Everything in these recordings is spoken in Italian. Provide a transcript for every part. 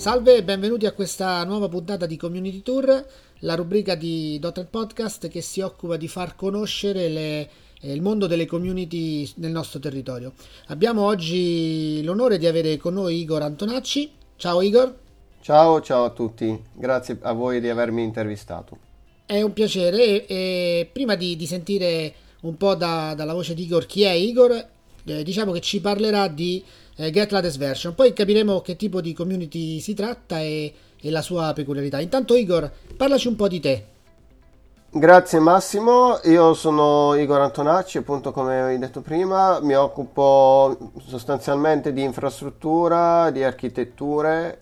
Salve e benvenuti a questa nuova puntata di Community Tour, la rubrica di .NET Podcast che si occupa di far conoscere il mondo delle community nel nostro territorio. Abbiamo oggi l'onore di avere con noi Igor Antonacci. Ciao Igor. Ciao a tutti, grazie a voi di avermi intervistato. È un piacere e prima di sentire un po' dalla voce di Igor chi è Igor, diciamo che ci parlerà di Get Latest Version, poi capiremo che tipo di community si tratta e la sua peculiarità. Intanto Igor, parlaci un po' di te. Grazie Massimo, io sono Igor Antonacci, appunto come hai detto prima, mi occupo sostanzialmente di infrastruttura, di architetture,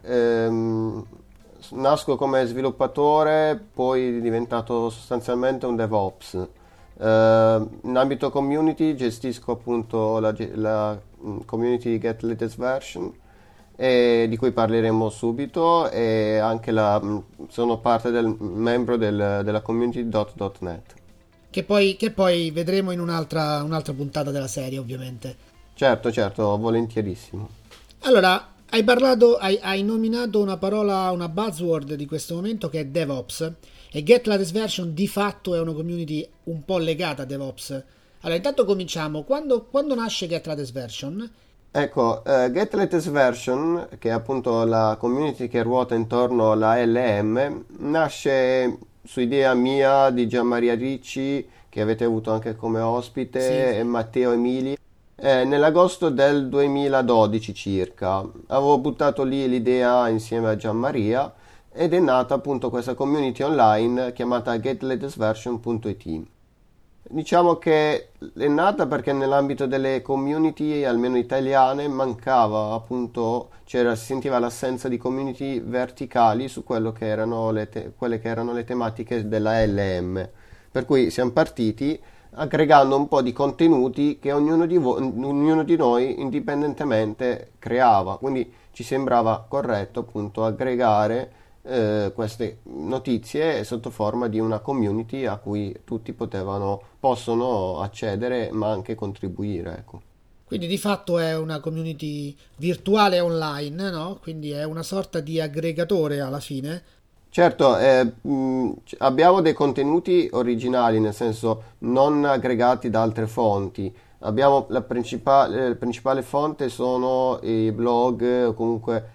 nasco come sviluppatore, poi diventato sostanzialmente un DevOps. In ambito community gestisco appunto la community di Get Latest Version di cui parleremo subito e anche sono parte del membro della community .NET. Che poi vedremo in un'altra puntata della serie, ovviamente. Certo, volentierissimo. Allora, hai nominato una parola, una buzzword di questo momento che è DevOps. E Get Latest Version di fatto è una community un po' legata a DevOps. Allora, intanto cominciamo. Quando nasce Get Latest Version? Ecco, Get Latest Version, che è appunto la community che ruota intorno alla LM, nasce su idea mia di Gianmaria Ricci, che avete avuto anche come ospite, Sì. e Matteo Emili, nell'agosto del 2012 circa. Avevo buttato lì l'idea insieme a Gianmaria ed è nata appunto questa community online chiamata getlatestversion.it. Diciamo che è nata perché nell'ambito delle community, almeno italiane, mancava appunto, si sentiva l'assenza di community verticali su quello che erano quelle che erano le tematiche della LM. Per cui siamo partiti aggregando un po' di contenuti che ognuno di noi indipendentemente creava. Quindi ci sembrava corretto appunto aggregare queste notizie sotto forma di una community a cui tutti possono accedere ma anche contribuire, ecco. Quindi di fatto è una community virtuale online, no? Quindi è una sorta di aggregatore alla fine. Certo, abbiamo dei contenuti originali, nel senso non aggregati da altre fonti. Abbiamo la principale fonte sono i blog, o comunque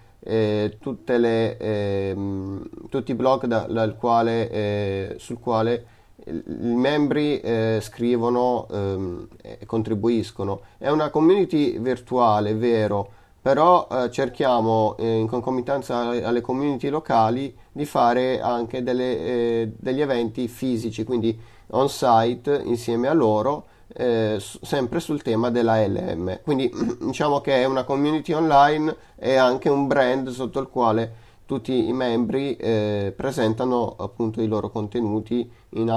tutti i blog sul quale i membri scrivono e contribuiscono. È una community virtuale, vero, però cerchiamo in concomitanza alle community locali di fare anche degli eventi fisici, quindi on site insieme a loro, sempre sul tema della LM. Quindi diciamo che è una community online e anche un brand sotto il quale tutti i membri presentano appunto i loro contenuti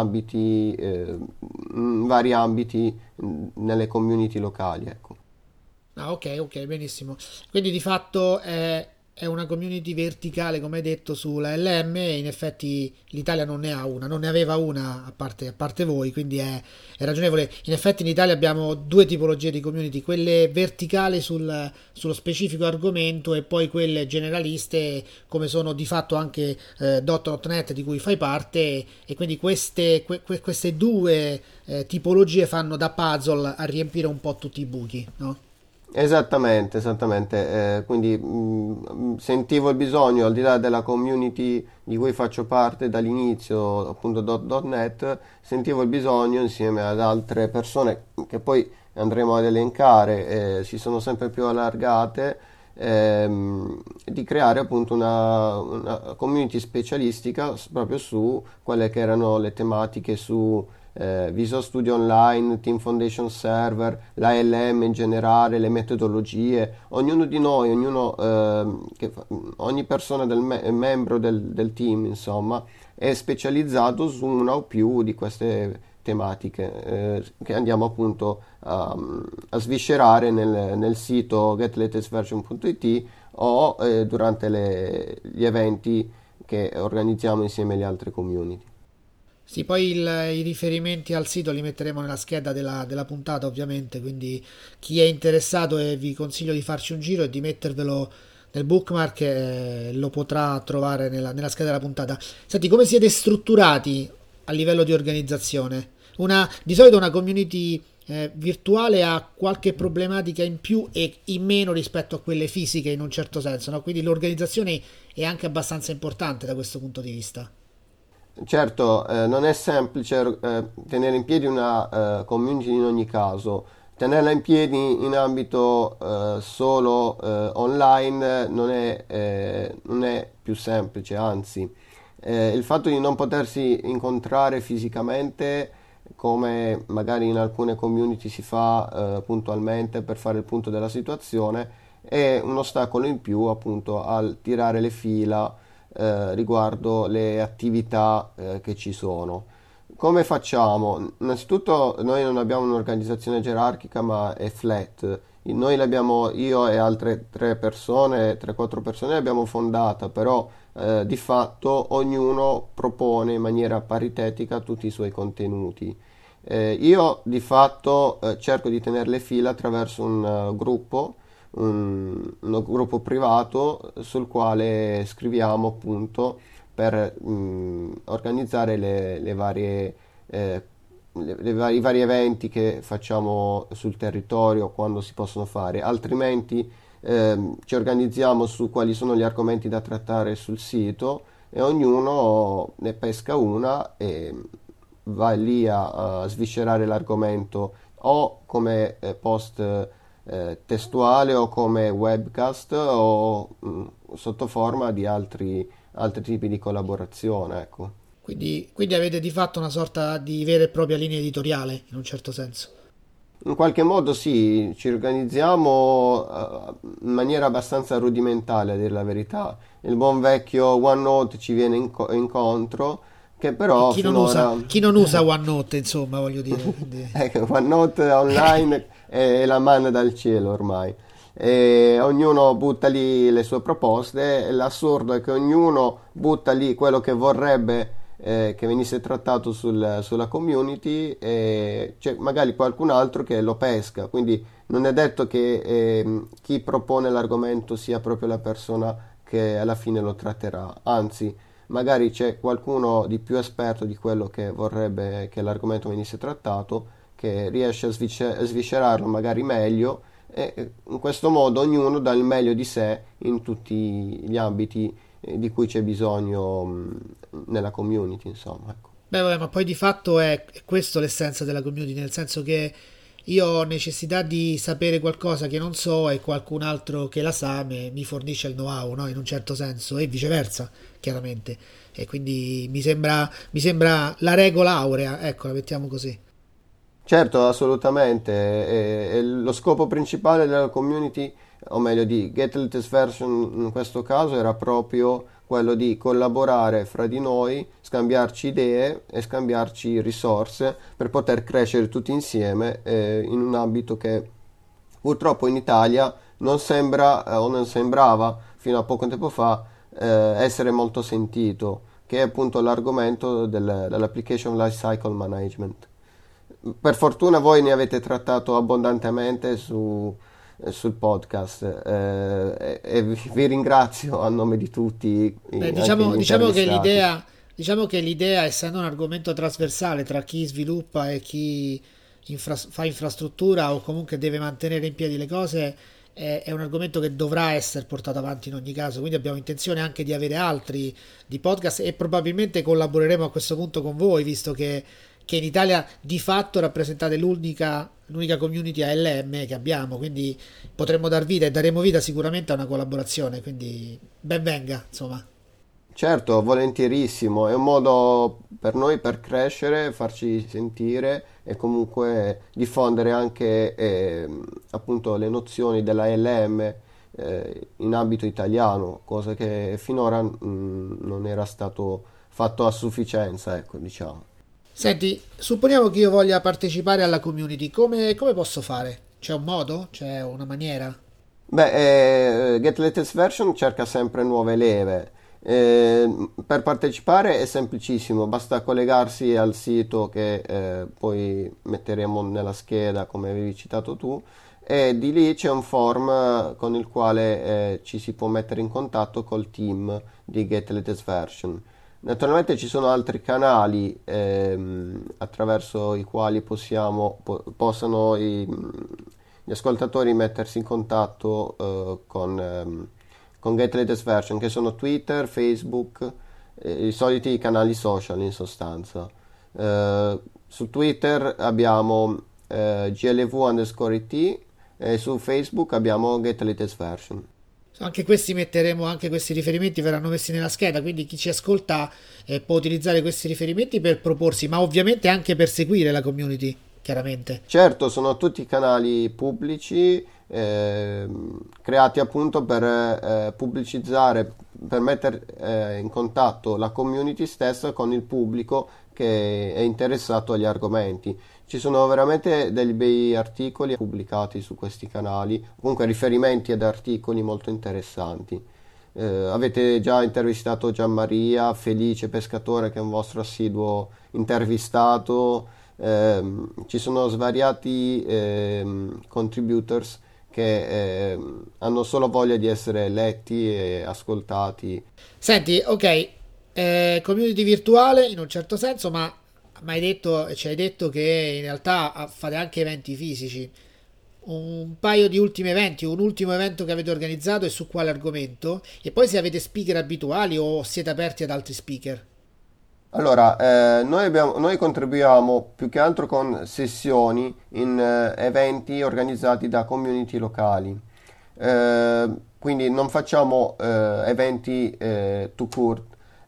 in vari ambiti nelle community locali, ecco. Ah, ok, benissimo. Quindi di fatto è una community verticale, come hai detto, sulla LM e in effetti l'Italia non ne ha una, non ne aveva una a parte voi, quindi è ragionevole. In effetti in Italia abbiamo due tipologie di community, quelle verticali sullo specifico argomento e poi quelle generaliste come sono di fatto anche .NET di cui fai parte e quindi queste due tipologie fanno da puzzle a riempire un po' tutti i buchi, no? Esattamente. Quindi sentivo il bisogno, al di là della community di cui faccio parte dall'inizio, appunto .NET, sentivo il bisogno insieme ad altre persone che poi andremo ad elencare, si sono sempre più allargate, di creare appunto una community specialistica proprio su quelle che erano le tematiche su Visual Studio Online, Team Foundation Server, la LM in generale, le metodologie. Ognuno di noi, ogni persona membro del team, insomma, è specializzato su una o più di queste tematiche che andiamo appunto a sviscerare nel sito getlatestversion.it o durante gli eventi che organizziamo insieme alle altre community. Sì, poi i riferimenti al sito li metteremo nella scheda della puntata, ovviamente, quindi chi è interessato vi consiglio di farci un giro e di mettervelo nel bookmark, lo potrà trovare nella scheda della puntata. Senti, come siete strutturati a livello di organizzazione? Di solito una community virtuale ha qualche problematica in più e in meno rispetto a quelle fisiche in un certo senso, no? Quindi l'organizzazione è anche abbastanza importante da questo punto di vista. Certo, non è semplice tenere in piedi una community in ogni caso. Tenerla in piedi in ambito solo online non è più semplice, anzi, il fatto di non potersi incontrare fisicamente, come magari in alcune community si fa puntualmente per fare il punto della situazione, è un ostacolo in più appunto al tirare le fila riguardo le attività che ci sono. Come facciamo? Innanzitutto noi non abbiamo un'organizzazione gerarchica, ma è flat. Noi l'abbiamo, io e altre 3-4 persone l'abbiamo fondata, però di fatto ognuno propone in maniera paritetica tutti i suoi contenuti. Io di fatto cerco di tenere le fila attraverso uno gruppo privato sul quale scriviamo appunto per organizzare i vari eventi che facciamo sul territorio quando si possono fare, altrimenti ci organizziamo su quali sono gli argomenti da trattare sul sito e ognuno ne pesca una e va lì a sviscerare l'argomento o come post testuale o come webcast o sotto forma di altri tipi di collaborazione, ecco. Quindi avete di fatto una sorta di vera e propria linea editoriale, in un certo senso. In qualche modo sì, ci organizziamo in maniera abbastanza rudimentale, a dire la verità. Il buon vecchio OneNote ci viene incontro, che E però finora... chi non usa OneNote, insomma, voglio dire. Quindi... Ecco, OneNote online è la manna dal cielo ormai. E ognuno butta lì le sue proposte e l'assurdo è che ognuno butta lì quello che vorrebbe che venisse trattato sulla community e c'è magari qualcun altro che lo pesca, quindi non è detto che chi propone l'argomento sia proprio la persona che alla fine lo tratterà, anzi magari c'è qualcuno di più esperto di quello che vorrebbe che l'argomento venisse trattato, che riesce a sviscerarlo magari meglio e in questo modo ognuno dà il meglio di sé in tutti gli ambiti di cui c'è bisogno nella community, insomma, ecco. Beh, vabbè, ma poi di fatto è questo l'essenza della community, nel senso che io ho necessità di sapere qualcosa che non so e qualcun altro che la sa mi fornisce il know-how, no? In un certo senso, e viceversa, chiaramente. E quindi mi sembra la regola aurea, ecco, la mettiamo così. Certo, assolutamente. E lo scopo principale della community, o meglio di Get Latest Version in questo caso, era proprio quello di collaborare fra di noi, scambiarci idee e scambiarci risorse per poter crescere tutti insieme in un ambito che purtroppo in Italia non sembra o non sembrava fino a poco tempo fa essere molto sentito, che è appunto l'argomento dell'application lifecycle management. Per fortuna voi ne avete trattato abbondantemente sul podcast e vi ringrazio a nome di tutti, Beh, anche gli intervistati. diciamo che l'idea, essendo un argomento trasversale tra chi sviluppa e chi fa infrastruttura o comunque deve mantenere in piedi le cose, è un argomento che dovrà essere portato avanti in ogni caso. Quindi abbiamo intenzione anche di avere altri di podcast e probabilmente collaboreremo a questo punto con voi, visto che in Italia di fatto rappresentate l'unica community ALM che abbiamo, quindi potremmo dar vita e daremo vita sicuramente a una collaborazione, quindi ben venga, insomma. Certo, volentierissimo, è un modo per noi per crescere, farci sentire e comunque diffondere anche appunto le nozioni della LM in ambito italiano, cosa che finora non era stato fatto a sufficienza, ecco, diciamo. Senti, supponiamo che io voglia partecipare alla community, come posso fare? C'è un modo? C'è una maniera? Beh, Get Latest Version cerca sempre nuove leve. Per partecipare è semplicissimo, basta collegarsi al sito che poi metteremo nella scheda come avevi citato tu e di lì c'è un form con il quale ci si può mettere in contatto col team di Get Latest Version. Naturalmente ci sono altri canali attraverso i quali possano gli ascoltatori mettersi in contatto con Get Latest Version, che sono Twitter, Facebook, i soliti canali social in sostanza. Su Twitter abbiamo GLV_IT e su Facebook abbiamo Get Latest Version. Anche questi metteremo, anche questi riferimenti verranno messi nella scheda, quindi chi ci ascolta può utilizzare questi riferimenti per proporsi, ma ovviamente anche per seguire la community, chiaramente. Certo, sono tutti canali pubblici creati appunto per pubblicizzare, per mettere in contatto la community stessa con il pubblico che è interessato agli argomenti. Ci sono veramente dei bei articoli pubblicati su questi canali, comunque riferimenti ad articoli molto interessanti. Avete già intervistato Gianmaria, Felice Pescatore, che è un vostro assiduo intervistato. Ci sono svariati contributors che hanno solo voglia di essere letti e ascoltati. Senti, ok, community virtuale in un certo senso, ma ci hai detto che in realtà fate anche eventi fisici. Un paio di ultimi eventi, un ultimo evento che avete organizzato e su quale argomento? E poi se avete speaker abituali o siete aperti ad altri speaker? Allora, noi contribuiamo più che altro con sessioni in eventi organizzati da community locali. Quindi non facciamo eventi to court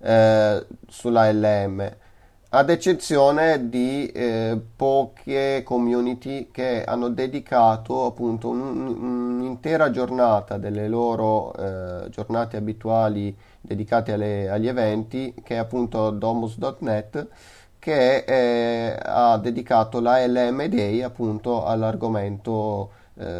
sulla LM, ad eccezione di poche community che hanno dedicato appunto un'intera giornata delle loro giornate abituali dedicate agli eventi, che è appunto Domus.net, che ha dedicato la LM Day appunto all'argomento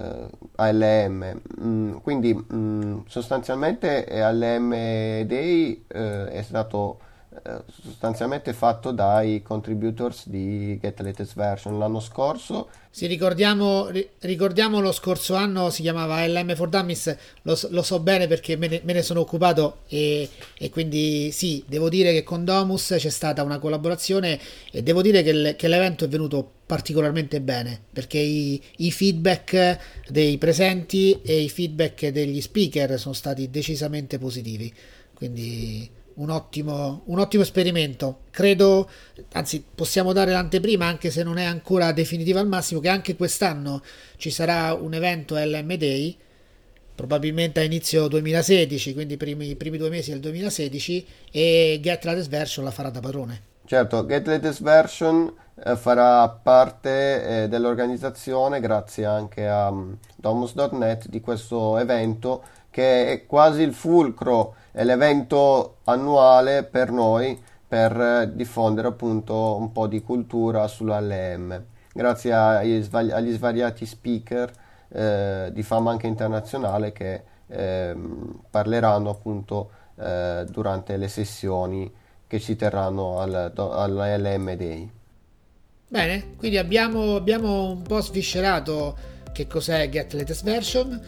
ALM. Quindi sostanzialmente ALM Day è stato sostanzialmente fatto dai contributors di Get Latest Version l'anno scorso. Sì, ricordiamo lo scorso anno si chiamava LM for Dummies, lo so bene perché me ne sono occupato e quindi sì, devo dire che con Domus c'è stata una collaborazione e devo dire che l'evento è venuto particolarmente bene perché i feedback dei presenti e i feedback degli speaker sono stati decisamente positivi, quindi un ottimo esperimento. Credo, anzi possiamo dare l'anteprima anche se non è ancora definitiva al massimo, che anche quest'anno ci sarà un evento LM Day, probabilmente a inizio 2016, quindi i primi 2 mesi del 2016, e Get Latest Version la farà da padrone. Certo, Get Latest Version farà parte dell'organizzazione, grazie anche a Domus.net, di questo evento che è quasi il fulcro, è l'evento annuale per noi per diffondere appunto un po' di cultura sull'ALM, grazie agli svariati speaker di fama anche internazionale che parleranno appunto durante le sessioni che si terranno all'ALM Day. Bene, quindi abbiamo un po' sviscerato che cos'è Get Latest Version.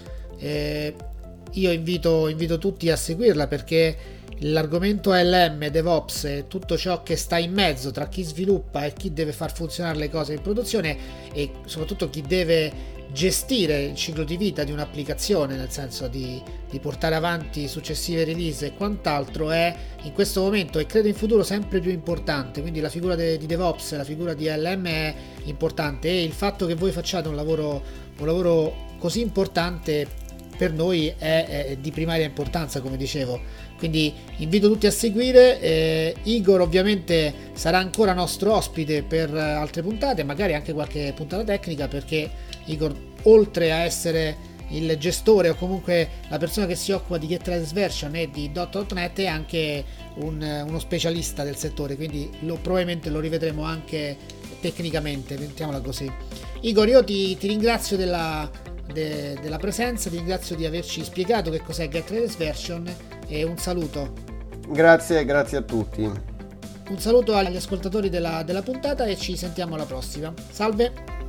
Io invito tutti a seguirla perché l'argomento ALM, DevOps e tutto ciò che sta in mezzo tra chi sviluppa e chi deve far funzionare le cose in produzione e soprattutto chi deve gestire il ciclo di vita di un'applicazione, nel senso di portare avanti successive release e quant'altro, è in questo momento e credo in futuro sempre più importante. Quindi la figura di DevOps, la figura di ALM è importante e il fatto che voi facciate un lavoro così importante per noi è di primaria importanza, come dicevo. Quindi invito tutti a seguire. Igor ovviamente sarà ancora nostro ospite per altre puntate, magari anche qualche puntata tecnica, perché Igor, oltre a essere il gestore o comunque la persona che si occupa di Get Latest Version e di .NET, è anche uno specialista del settore, quindi probabilmente lo rivedremo anche tecnicamente, mettiamola così. Igor, io ti ringrazio della presenza, ti ringrazio di averci spiegato che cos'è Get Latest Version e un saluto. Grazie a tutti. Un saluto agli ascoltatori della puntata e ci sentiamo alla prossima. Salve!